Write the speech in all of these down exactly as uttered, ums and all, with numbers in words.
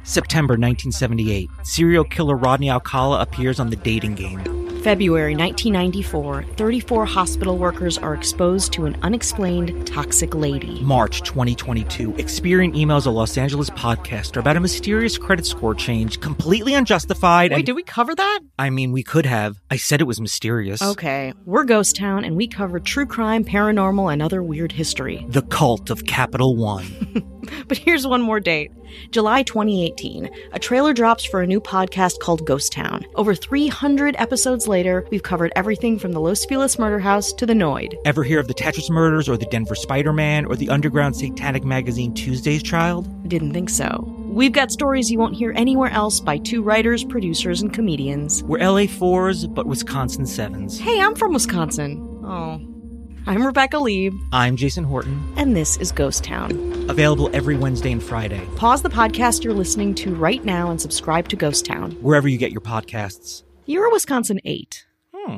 September nineteen seventy-eight. Serial killer Rodney Alcala appears on the dating game. February nineteen ninety-four. thirty-four hospital workers are exposed to an unexplained toxic lady. March twenty twenty-two. Experian emails a Los Angeles podcaster about a mysterious credit score change, completely unjustified. Wait, and- did we cover that? I mean, we could have. I said it was mysterious. Okay, we're Ghost Town, and we cover true crime, paranormal, and other weird history. The Cult of Capital One. But here's one more date. July twenty eighteen. A trailer drops for a new podcast called Ghost Town. Over three hundred episodes later, we've covered everything from the Los Feliz murder house to the Noid. Ever hear of the Tetris murders or the Denver Spider-Man or the underground satanic magazine Tuesday's Child? Didn't think so. We've got stories you won't hear anywhere else by two writers, producers, and comedians. We're L A fours, but Wisconsin sevens. Hey, I'm from Wisconsin. Oh. I'm Rebecca Lieb. I'm Jason Horton. And this is Ghost Town. Available every Wednesday and Friday. Pause the podcast you're listening to right now and subscribe to Ghost Town. Wherever you get your podcasts. You're a Wisconsin eight. Hmm.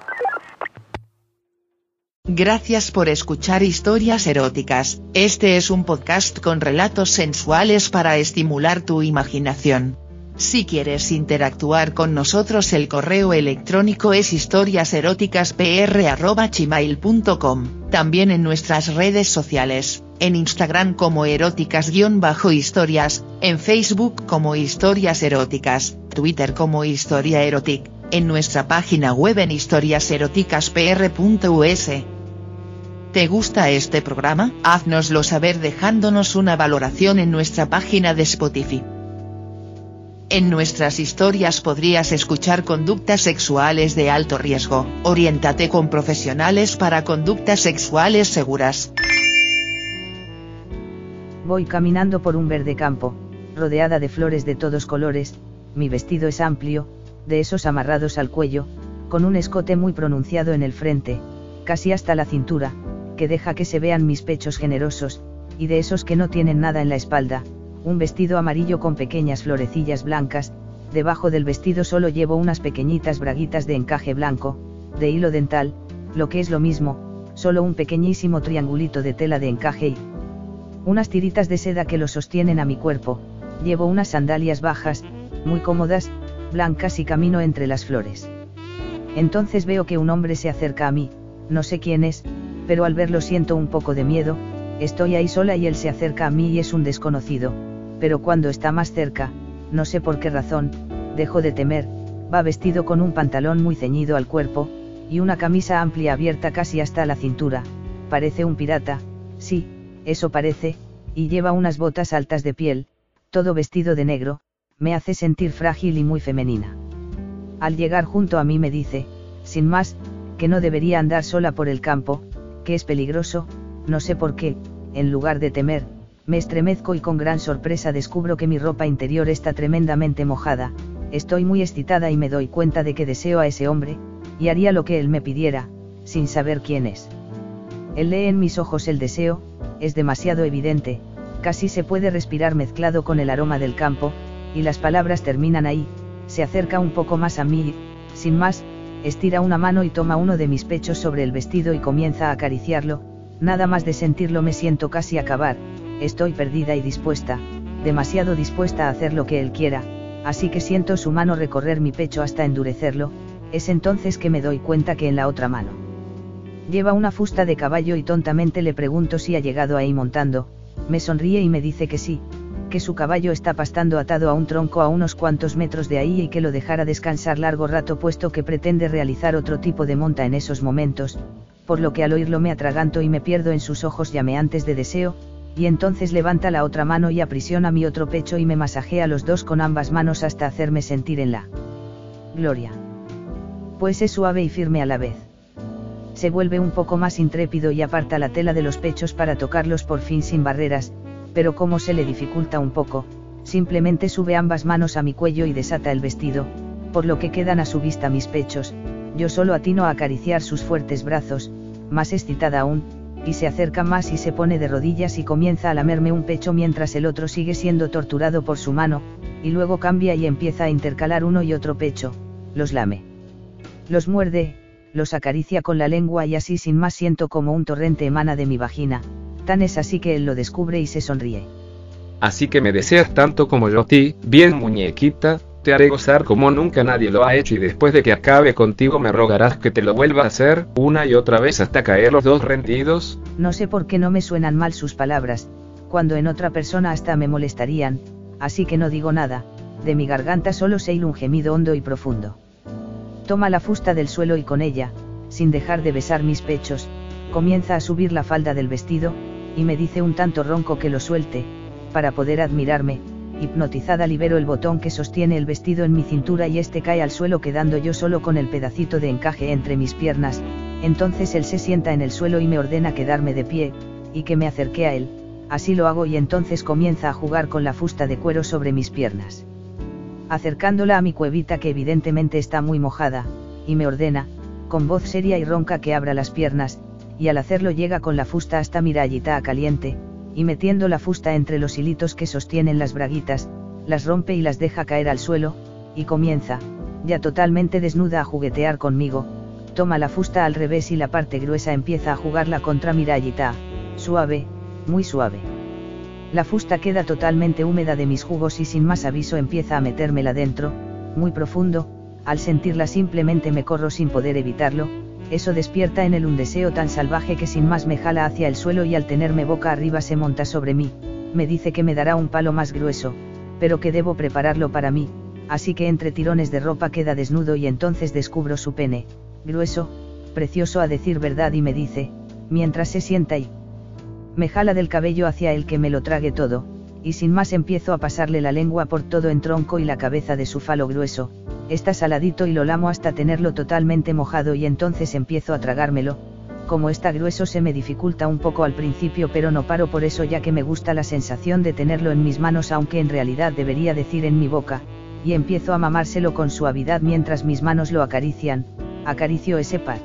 Gracias por escuchar Historias Eróticas. Este es un podcast con relatos sensuales para estimular tu imaginación. Si quieres interactuar con nosotros, el correo electrónico es historiaseroticaspr arroba gmail punto com, también en nuestras redes sociales, en Instagram como eróticas-historias, en Facebook como Historias Eróticas, Twitter como Historia Erotic, en nuestra página web en historiaseroticaspr punto u s. ¿Te gusta este programa? Haznoslo saber dejándonos una valoración en nuestra página de Spotify. En nuestras historias podrías escuchar conductas sexuales de alto riesgo. Oriéntate con profesionales para conductas sexuales seguras. Voy caminando por un verde campo, rodeada de flores de todos colores. Mi vestido es amplio, de esos amarrados al cuello, con un escote muy pronunciado en el frente, casi hasta la cintura, que deja que se vean mis pechos generosos, y de esos que no tienen nada en la espalda. Un vestido amarillo con pequeñas florecillas blancas. Debajo del vestido solo llevo unas pequeñitas braguitas de encaje blanco, de hilo dental, lo que es lo mismo, solo un pequeñísimo triangulito de tela de encaje y unas tiritas de seda que lo sostienen a mi cuerpo. Llevo unas sandalias bajas, muy cómodas, blancas, y camino entre las flores. Entonces veo que un hombre se acerca a mí, no sé quién es, pero al verlo siento un poco de miedo. Estoy ahí sola y él se acerca a mí y es un desconocido, pero cuando está más cerca, no sé por qué razón, dejo de temer. Va vestido con un pantalón muy ceñido al cuerpo, y una camisa amplia abierta casi hasta la cintura. Parece un pirata, sí, eso parece, y lleva unas botas altas de piel, todo vestido de negro. Me hace sentir frágil y muy femenina. Al llegar junto a mí me dice, sin más, que no debería andar sola por el campo, que es peligroso. No sé por qué, en lugar de temer, me estremezco y con gran sorpresa descubro que mi ropa interior está tremendamente mojada. Estoy muy excitada y me doy cuenta de que deseo a ese hombre, y haría lo que él me pidiera, sin saber quién es. Él lee en mis ojos el deseo, es demasiado evidente, casi se puede respirar mezclado con el aroma del campo, y las palabras terminan ahí. Se acerca un poco más a mí y, sin más, estira una mano y toma uno de mis pechos sobre el vestido y comienza a acariciarlo. Nada más de sentirlo me siento casi acabar. Estoy perdida y dispuesta, demasiado dispuesta a hacer lo que él quiera, así que siento su mano recorrer mi pecho hasta endurecerlo. Es entonces que me doy cuenta que en la otra mano lleva una fusta de caballo y tontamente le pregunto si ha llegado ahí montando. Me sonríe y me dice que sí, que su caballo está pastando atado a un tronco a unos cuantos metros de ahí y que lo dejara descansar largo rato puesto que pretende realizar otro tipo de monta en esos momentos, por lo que al oírlo me atraganto y me pierdo en sus ojos llameantes de deseo, y entonces levanta la otra mano y aprisiona mi otro pecho y me masajea los dos con ambas manos hasta hacerme sentir en la gloria. Pues es suave y firme a la vez. Se vuelve un poco más intrépido y aparta la tela de los pechos para tocarlos por fin sin barreras, pero como se le dificulta un poco, simplemente sube ambas manos a mi cuello y desata el vestido, por lo que quedan a su vista mis pechos. Yo solo atino a acariciar sus fuertes brazos, más excitada aún, y se acerca más y se pone de rodillas y comienza a lamerme un pecho mientras el otro sigue siendo torturado por su mano, y luego cambia y empieza a intercalar uno y otro pecho, los lame, los muerde, los acaricia con la lengua y así sin más siento como un torrente emana de mi vagina. Tan es así que él lo descubre y se sonríe. Así que me deseas tanto como yo a ti, bien muñequita, te haré gozar como nunca nadie lo ha hecho y después de que acabe contigo me rogarás que te lo vuelva a hacer, una y otra vez hasta caer los dos rendidos. No sé por qué no me suenan mal sus palabras, cuando en otra persona hasta me molestarían, así que no digo nada, de mi garganta solo se hila un gemido hondo y profundo. Toma la fusta del suelo y con ella, sin dejar de besar mis pechos, comienza a subir la falda del vestido, y me dice un tanto ronco que lo suelte, para poder admirarme. Hipnotizada libero el botón que sostiene el vestido en mi cintura y este cae al suelo quedando yo solo con el pedacito de encaje entre mis piernas. Entonces él se sienta en el suelo y me ordena quedarme de pie, y que me acerque a él. Así lo hago y entonces comienza a jugar con la fusta de cuero sobre mis piernas. Acercándola a mi cuevita que evidentemente está muy mojada, y me ordena, con voz seria y ronca que abra las piernas, y al hacerlo llega con la fusta hasta mi rayita caliente, y metiendo la fusta entre los hilitos que sostienen las braguitas, las rompe y las deja caer al suelo, y comienza, ya totalmente desnuda a juguetear conmigo, toma la fusta al revés y la parte gruesa empieza a jugarla contra mi rayita, suave, muy suave. La fusta queda totalmente húmeda de mis jugos y sin más aviso empieza a metérmela dentro, muy profundo, al sentirla simplemente me corro sin poder evitarlo. Eso despierta en él un deseo tan salvaje que sin más me jala hacia el suelo y al tenerme boca arriba se monta sobre mí, me dice que me dará un palo más grueso, pero que debo prepararlo para mí, así que entre tirones de ropa queda desnudo y entonces descubro su pene, grueso, precioso a decir verdad y me dice, mientras se sienta y me jala del cabello hacia él que me lo trague todo, y sin más empiezo a pasarle la lengua por todo el tronco y la cabeza de su falo grueso. Está saladito y lo lamo hasta tenerlo totalmente mojado y entonces empiezo a tragármelo. Como está grueso se me dificulta un poco al principio pero no paro por eso ya que me gusta la sensación de tenerlo en mis manos aunque en realidad debería decir en mi boca, y empiezo a mamárselo con suavidad mientras mis manos lo acarician, acaricio ese par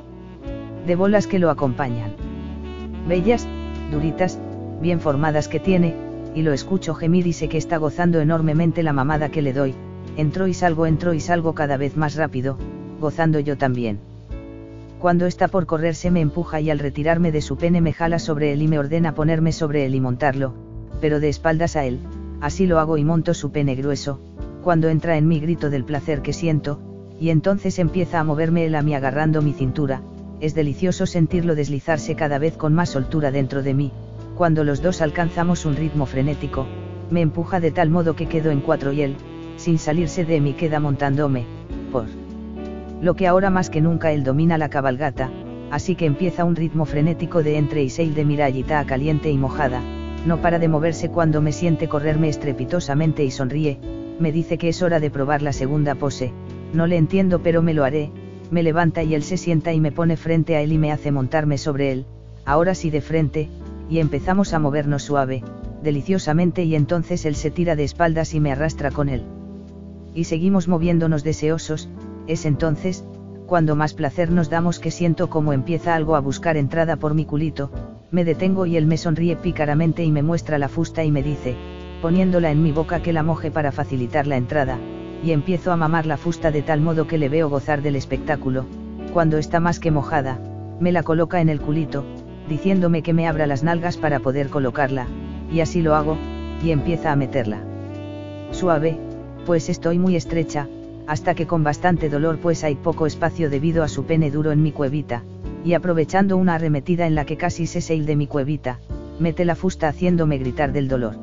de bolas que lo acompañan. Bellas, duritas, bien formadas que tiene, y lo escucho gemir y sé que está gozando enormemente la mamada que le doy. Entro y salgo, entro y salgo cada vez más rápido, gozando yo también. Cuando está por correrse me empuja y al retirarme de su pene me jala sobre él y me ordena ponerme sobre él y montarlo, pero de espaldas a él, así lo hago y monto su pene grueso, cuando entra en mí grito del placer que siento, y entonces empieza a moverme él a mí agarrando mi cintura, es delicioso sentirlo deslizarse cada vez con más soltura dentro de mí, cuando los dos alcanzamos un ritmo frenético, me empuja de tal modo que quedo en cuatro y él, sin salirse de mí queda montándome, por lo que ahora más que nunca él domina la cabalgata, así que empieza un ritmo frenético de entre y seil de mi rayita caliente y mojada, no para de moverse cuando me siente correrme estrepitosamente y sonríe, me dice que es hora de probar la segunda pose, no le entiendo pero me lo haré, me levanta y él se sienta y me pone frente a él y me hace montarme sobre él, ahora sí de frente, y empezamos a movernos suave, deliciosamente y entonces él se tira de espaldas y me arrastra con él. Y seguimos moviéndonos deseosos, es entonces, cuando más placer nos damos que siento como empieza algo a buscar entrada por mi culito, me detengo y él me sonríe pícaramente y me muestra la fusta y me dice, poniéndola en mi boca que la moje para facilitar la entrada, y empiezo a mamar la fusta de tal modo que le veo gozar del espectáculo, cuando está más que mojada, me la coloca en el culito, diciéndome que me abra las nalgas para poder colocarla, y así lo hago, y empieza a meterla. Suave, pues estoy muy estrecha, hasta que con bastante dolor pues hay poco espacio debido a su pene duro en mi cuevita, y aprovechando una arremetida en la que casi se seil de mi cuevita, mete la fusta haciéndome gritar del dolor.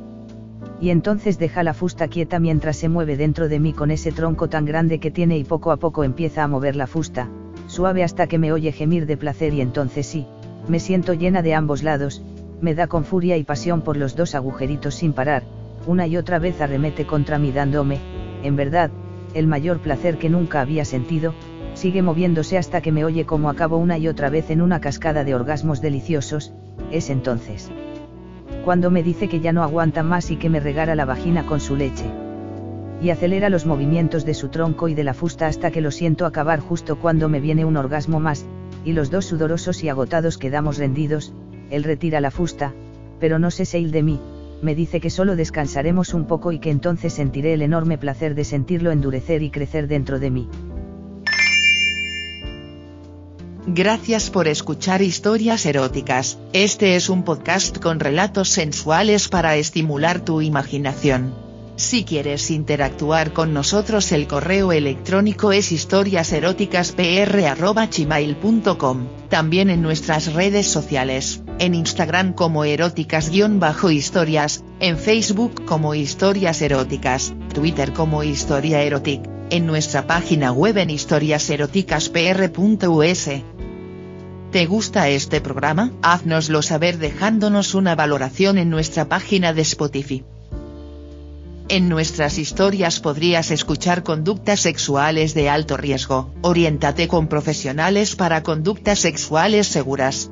Y entonces deja la fusta quieta mientras se mueve dentro de mí con ese tronco tan grande que tiene y poco a poco empieza a mover la fusta, suave hasta que me oye gemir de placer y entonces sí, me siento llena de ambos lados, me da con furia y pasión por los dos agujeritos sin parar, una y otra vez arremete contra mí dándome, en verdad, el mayor placer que nunca había sentido, sigue moviéndose hasta que me oye como acabo una y otra vez en una cascada de orgasmos deliciosos, es entonces cuando me dice que ya no aguanta más y que me regara la vagina con su leche. Y acelera los movimientos de su tronco y de la fusta hasta que lo siento acabar justo cuando me viene un orgasmo más, y los dos sudorosos y agotados quedamos rendidos, él retira la fusta, pero no se seil de mí, me dice que solo descansaremos un poco y que entonces sentiré el enorme placer de sentirlo endurecer y crecer dentro de mí. Gracias por escuchar Historias Eróticas. Este es un podcast con relatos sensuales para estimular tu imaginación. Si quieres interactuar con nosotros, el correo electrónico es historiaseroticaspr arroba gmail punto com, también en nuestras redes sociales, en Instagram como eróticas-historias, en Facebook como Historias Eróticas, Twitter como Historia Erotic, en nuestra página web en historiaseroticaspr punto u s. ¿Te gusta este programa? Haznoslo saber dejándonos una valoración en nuestra página de Spotify. En nuestras historias podrías escuchar conductas sexuales de alto riesgo. Oriéntate con profesionales para conductas sexuales seguras.